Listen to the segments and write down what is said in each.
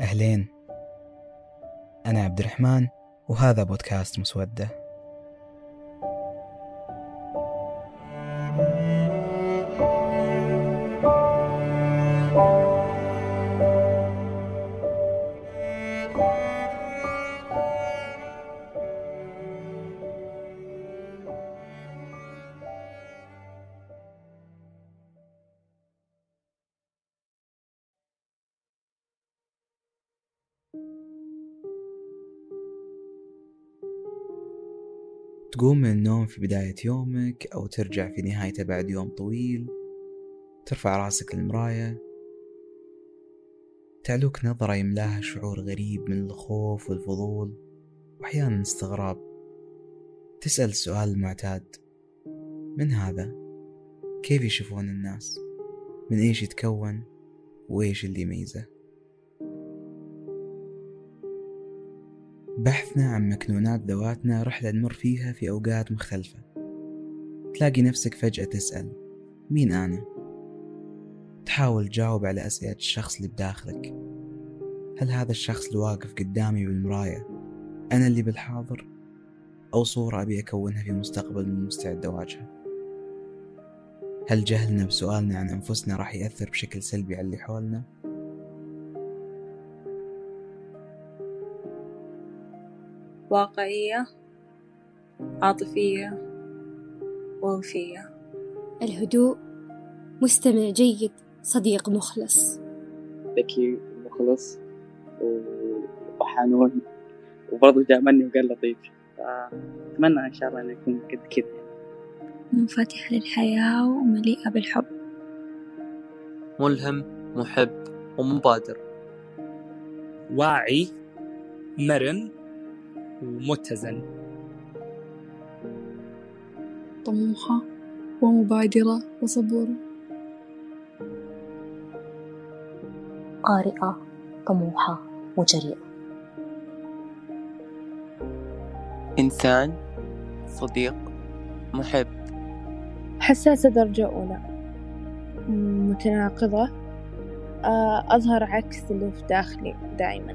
أهلين، أنا عبد الرحمن وهذا بودكاست مسودة. تقوم من النوم في بداية يومك أو ترجع في نهايته بعد يوم طويل، ترفع راسك للمراية، تعلوك نظرة يملاها شعور غريب من الخوف والفضول وأحيانا استغراب. تسأل السؤال المعتاد: من هذا؟ كيف يشوفون الناس؟ من إيش يتكون؟ وإيش اللي يميزه؟ بحثنا عن مكنونات ذواتنا رحلة نمر فيها في أوقات مختلفة. تلاقي نفسك فجأة تسأل: مين أنا؟ تحاول تجاوب على أسئلة الشخص اللي بداخلك. هل هذا الشخص اللي واقف قدامي بالمراية أنا اللي بالحاضر، أو صورة أبي أكونها في مستقبل من مستعد أواجهه؟ هل جهلنا بسؤالنا عن أنفسنا راح يأثر بشكل سلبي على اللي حولنا؟ واقعية، عاطفية، ووفية. الهدوء، مستمع جيد، صديق مخلص. ذكي ومخلص وحنون، وبرضه جاء مني وقال لطيف. فأتمنى إن شاء الله أن يكون قد كذا، منفتح للحياة ومليئة بالحب، ملهم، محب ومبادر، واعي، مرن ومتزن، طموحة ومبادرة وصبورة، قارئة، طموحة وجريئة، إنسان، صديق، محب، حساسة درجة أولى، متناقضة، أظهر عكس اللي في داخلي دائما.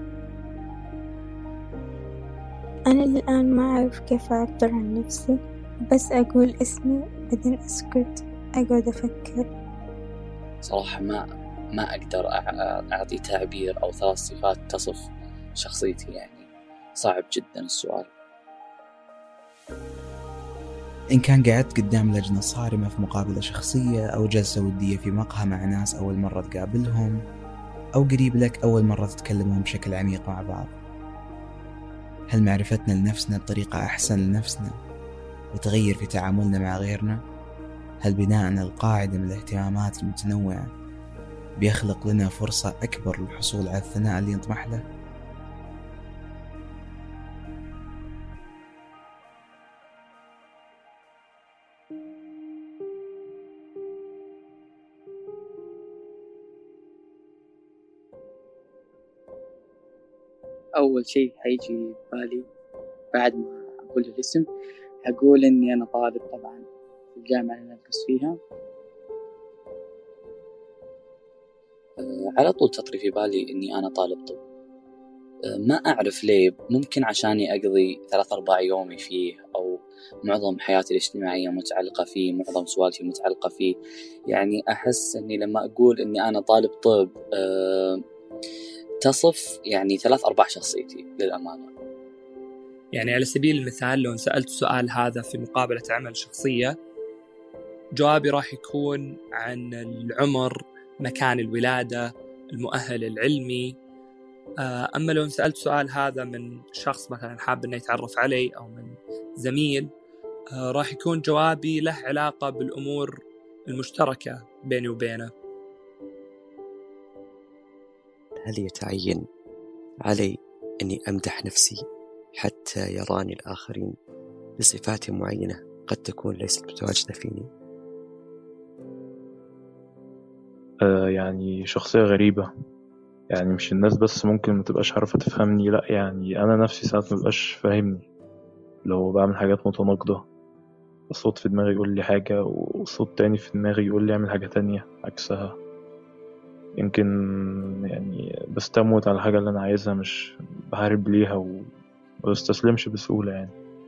أنا الآن ما أعرف كيف أعبر عن نفسي، بس أقول اسمي بعدين أسكت، أقعد أفكر. صراحة ما أقدر أعطي تعبير أو 3 صفات تصف شخصيتي، يعني صعب جدا السؤال. إن كان قعدت قدام لجنة صارمة في مقابلة شخصية، أو جلسة ودية في مقهى مع ناس أول مرة تقابلهم، أو قريب لك أول مرة تتكلمون بشكل عميق مع بعض، هل معرفتنا لنفسنا بطريقة أحسن لنفسنا وتغير في تعاملنا مع غيرنا؟ هل بناءنا القاعدة من الاهتمامات المتنوعة بيخلق لنا فرصة أكبر للحصول على الثناء اللي نطمح له؟ أول شيء هيجي بالي بعد ما أقول الاسم، هقول إني أنا طالب طبعا في الجامعة اللي ندرس فيها. على طول تطري في بالي إني أنا طالب طب. ما أعرف ليه، ممكن عشاني أقضي 3-4 يومي فيه، أو معظم حياتي الاجتماعية متعلقة فيه، معظم سوالفي متعلقة فيه. يعني أحس إني لما أقول إني أنا طالب طب تصف يعني 3-4 شخصيتي للأمانة. يعني على سبيل المثال لو سألت سؤال هذا في مقابلة عمل شخصية، جوابي راح يكون عن العمر، مكان الولادة، المؤهل العلمي. أما لو سألت سؤال هذا من شخص مثلا حاب أنه يتعرف علي أو من زميل، راح يكون جوابي له علاقة بالأمور المشتركة بيني وبينه. هل يتعين علي أني أمدح نفسي حتى يراني الآخرين بصفات معينة قد تكون ليست متواجدة فيني؟ يعني شخصية غريبة، يعني مش الناس بس ممكن ما تبقاش عارفة تفهمني، لا يعني أنا نفسي ساعات ما بقاش فاهمني. لو بعمل حاجات متناقضة، الصوت في دماغي يقول لي حاجة وصوت تاني في دماغي يقول لي اعمل حاجة تانية عكسها. يمكن يعني بستموت على الحاجة اللي أنا عايزها، مش بحارب ليها وما بستسلمش بسهولة يعني.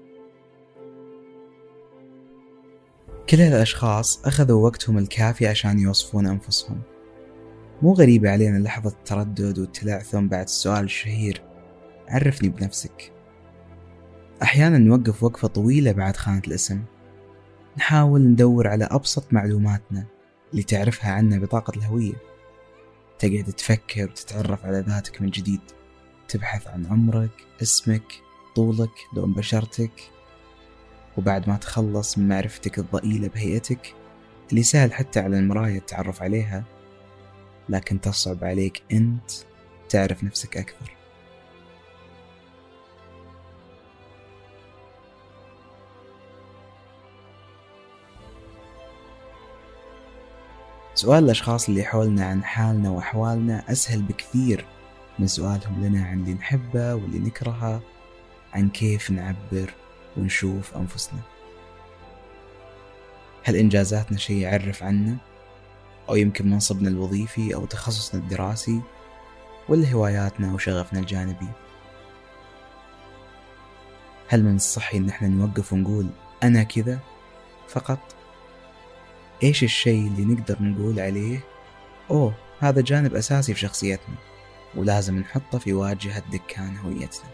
كل هالأشخاص أخذوا وقتهم الكافي عشان يوصفون أنفسهم. مو غريبة علينا لحظة التردد والتلعثم بعد السؤال الشهير عرفني بنفسك. أحيانا نوقف وقفة طويلة بعد خانة الاسم، نحاول ندور على أبسط معلوماتنا اللي تعرفها عنا بطاقة الهوية. تقعد تفكر وتتعرف على ذاتك من جديد، تبحث عن عمرك، اسمك، طولك، لون بشرتك. وبعد ما تخلص من معرفتك الضئيلة بهيئتك اللي سهل حتى على المراية التعرف عليها، لكن تصعب عليك أنت تعرف نفسك أكثر. سؤال الأشخاص اللي حولنا عن حالنا وأحوالنا أسهل بكثير من سؤالهم لنا عن اللي نحبه واللي نكرهه، عن كيف نعبر ونشوف أنفسنا. هل إنجازاتنا شيء يعرف عنا؟ أو يمكن منصبنا الوظيفي أو تخصصنا الدراسي؟ ولا هواياتنا وشغفنا الجانبي؟ هل من الصحي إن احنا نوقف ونقول أنا كذا فقط؟ إيش الشيء اللي نقدر نقول عليه أوه هذا جانب أساسي في شخصيتنا ولازم نحطه في واجهة دكان هويتنا؟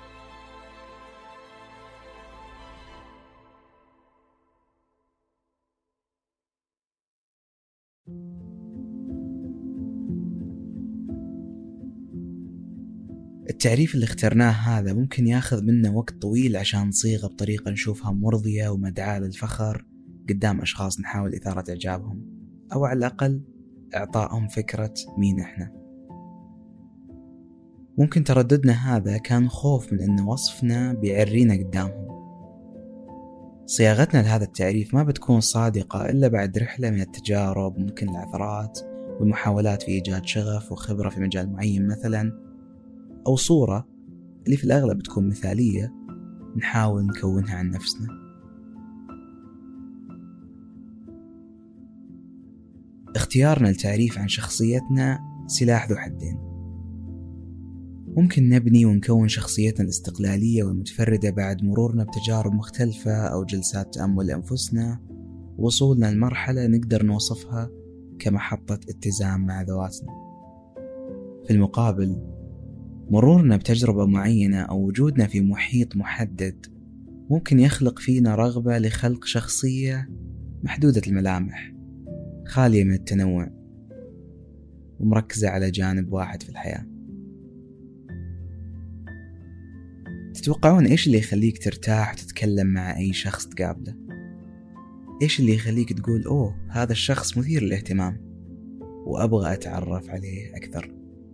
التعريف اللي اخترناه هذا ممكن ياخذ منا وقت طويل عشان نصيغه بطريقة نشوفها مرضية ومدعاة للفخر قدام أشخاص نحاول إثارة إعجابهم، أو على الأقل إعطائهم فكرة مين إحنا. ممكن ترددنا هذا كان خوف من أن وصفنا بيعرينا قدامهم. صياغتنا لهذا التعريف ما بتكون صادقة إلا بعد رحلة من التجارب، ممكن العثرات والمحاولات في إيجاد شغف وخبرة في مجال معين مثلا، أو صورة اللي في الأغلب بتكون مثالية نحاول نكونها عن نفسنا. اختيارنا للتعريف عن شخصيتنا سلاح ذو حدين. ممكن نبني ونكون شخصيتنا الاستقلالية والمتفردة بعد مرورنا بتجارب مختلفة أو جلسات تأمل لأنفسنا، ووصولنا لمرحلة نقدر نوصفها كمحطة اتزان مع ذواتنا. في المقابل، مرورنا بتجربة معينة أو وجودنا في محيط محدد ممكن يخلق فينا رغبة لخلق شخصية محدودة الملامح، خالية من التنوع ومركزة على جانب واحد في الحياة. تتوقعون إيش اللي يخليك ترتاح وتتكلم مع أي شخص تقابله؟ إيش اللي يخليك تقول أوه هذا الشخص مثير للاهتمام وأبغى أتعرف عليه أكثر؟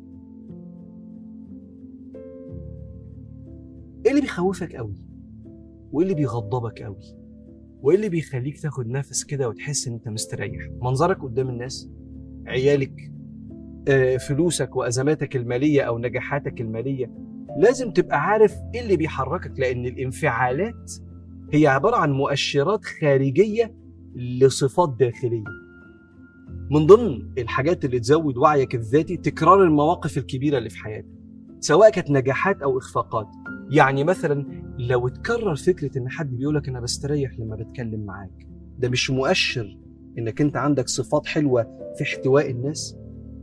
إيه اللي بيخوفك قوي؟ وإيه اللي بيغضبك قوي؟ وإيه اللي بيخليك تاخد نفس كده وتحس إن أنت مستريح؟ منظرك قدام الناس؟ عيالك؟ فلوسك وأزماتك المالية أو نجاحاتك المالية؟ لازم تبقى عارف إيه اللي بيحركك، لأن الانفعالات هي عبارة عن مؤشرات خارجية لصفات داخلية. من ضمن الحاجات اللي تزود وعيك الذاتي تكرار المواقف الكبيرة اللي في حياتك، سواء كانت نجاحات أو إخفاقات. يعني مثلا لو تكرر فكرة إن حد بيقولك أنا بستريح لما بتكلم معاك، ده مش مؤشر إنك أنت عندك صفات حلوة في احتواء الناس.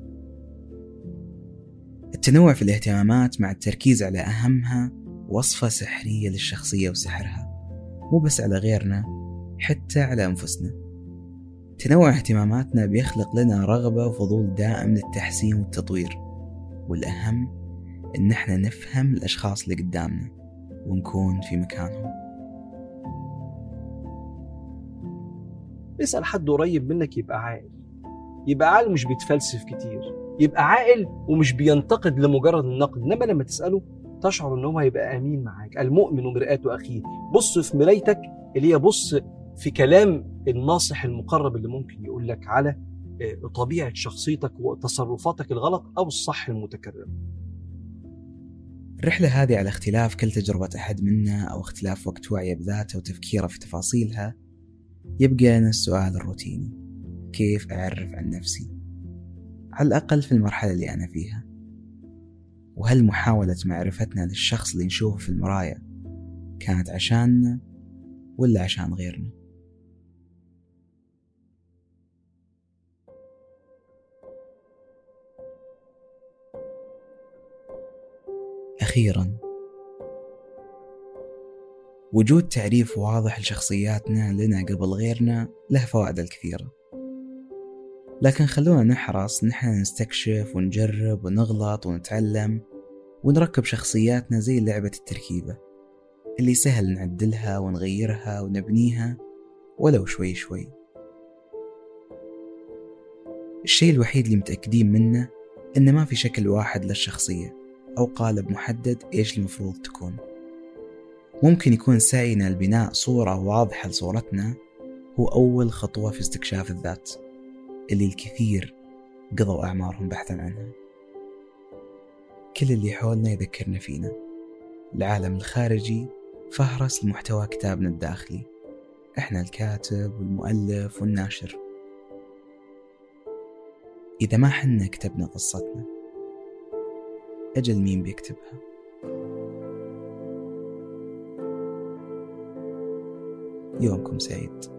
التنوع في الاهتمامات مع التركيز على أهمها وصفة سحرية للشخصية وسحرها، مو بس على غيرنا، حتى على أنفسنا. تنوع اهتماماتنا بيخلق لنا رغبة وفضول دائم للتحسين والتطوير، والأهم إن احنا نفهم الأشخاص اللي قدامنا ونكون في مكانهم. اسأل حد قريب منك يبقى عاقل، يبقى عاقل مش بيتفلسف كتير، يبقى عاقل ومش بينتقد لمجرد النقد، إنما لما تسأله تشعر إن هو هيبقى أمين معاك. المؤمن مرآة أخيه. بص في مرايتك اللي هي بص في كلام الناصح المقرب اللي ممكن يقول لك على طبيعة شخصيتك وتصرفاتك الغلط أو الصح المتكرر. الرحلة هذه على اختلاف كل تجربة أحد منا أو اختلاف وقت وعيه بذاته وتفكيره في تفاصيلها، يبقى لنا السؤال الروتيني: كيف أعرف عن نفسي؟ على الأقل في المرحلة اللي أنا فيها. وهل محاولة معرفتنا للشخص اللي نشوفه في المراية كانت عشاننا ولا عشان غيرنا؟ أخيرا، وجود تعريف واضح لشخصياتنا لنا قبل غيرنا له فوائد الكثيرة، لكن خلونا نحرص نحن نستكشف ونجرب ونغلط ونتعلم ونركب شخصياتنا زي لعبة التركيبة اللي سهل نعدلها ونغيرها ونبنيها ولو شوي شوي. الشيء الوحيد اللي متأكدين منه إن ما في شكل واحد للشخصية أو قالب محدد إيش المفروض تكون. ممكن يكون سعينا لبناء صورة واضحة لصورتنا هو أول خطوة في استكشاف الذات اللي الكثير قضوا أعمارهم بحثا عنها. كل اللي حولنا يذكرنا فينا، العالم الخارجي فهرس لمحتوى كتابنا الداخلي، إحنا الكاتب والمؤلف والناشر. إذا ما حنا كتبنا قصتنا، أجل مين بيكتبها؟ يومكم سعيد.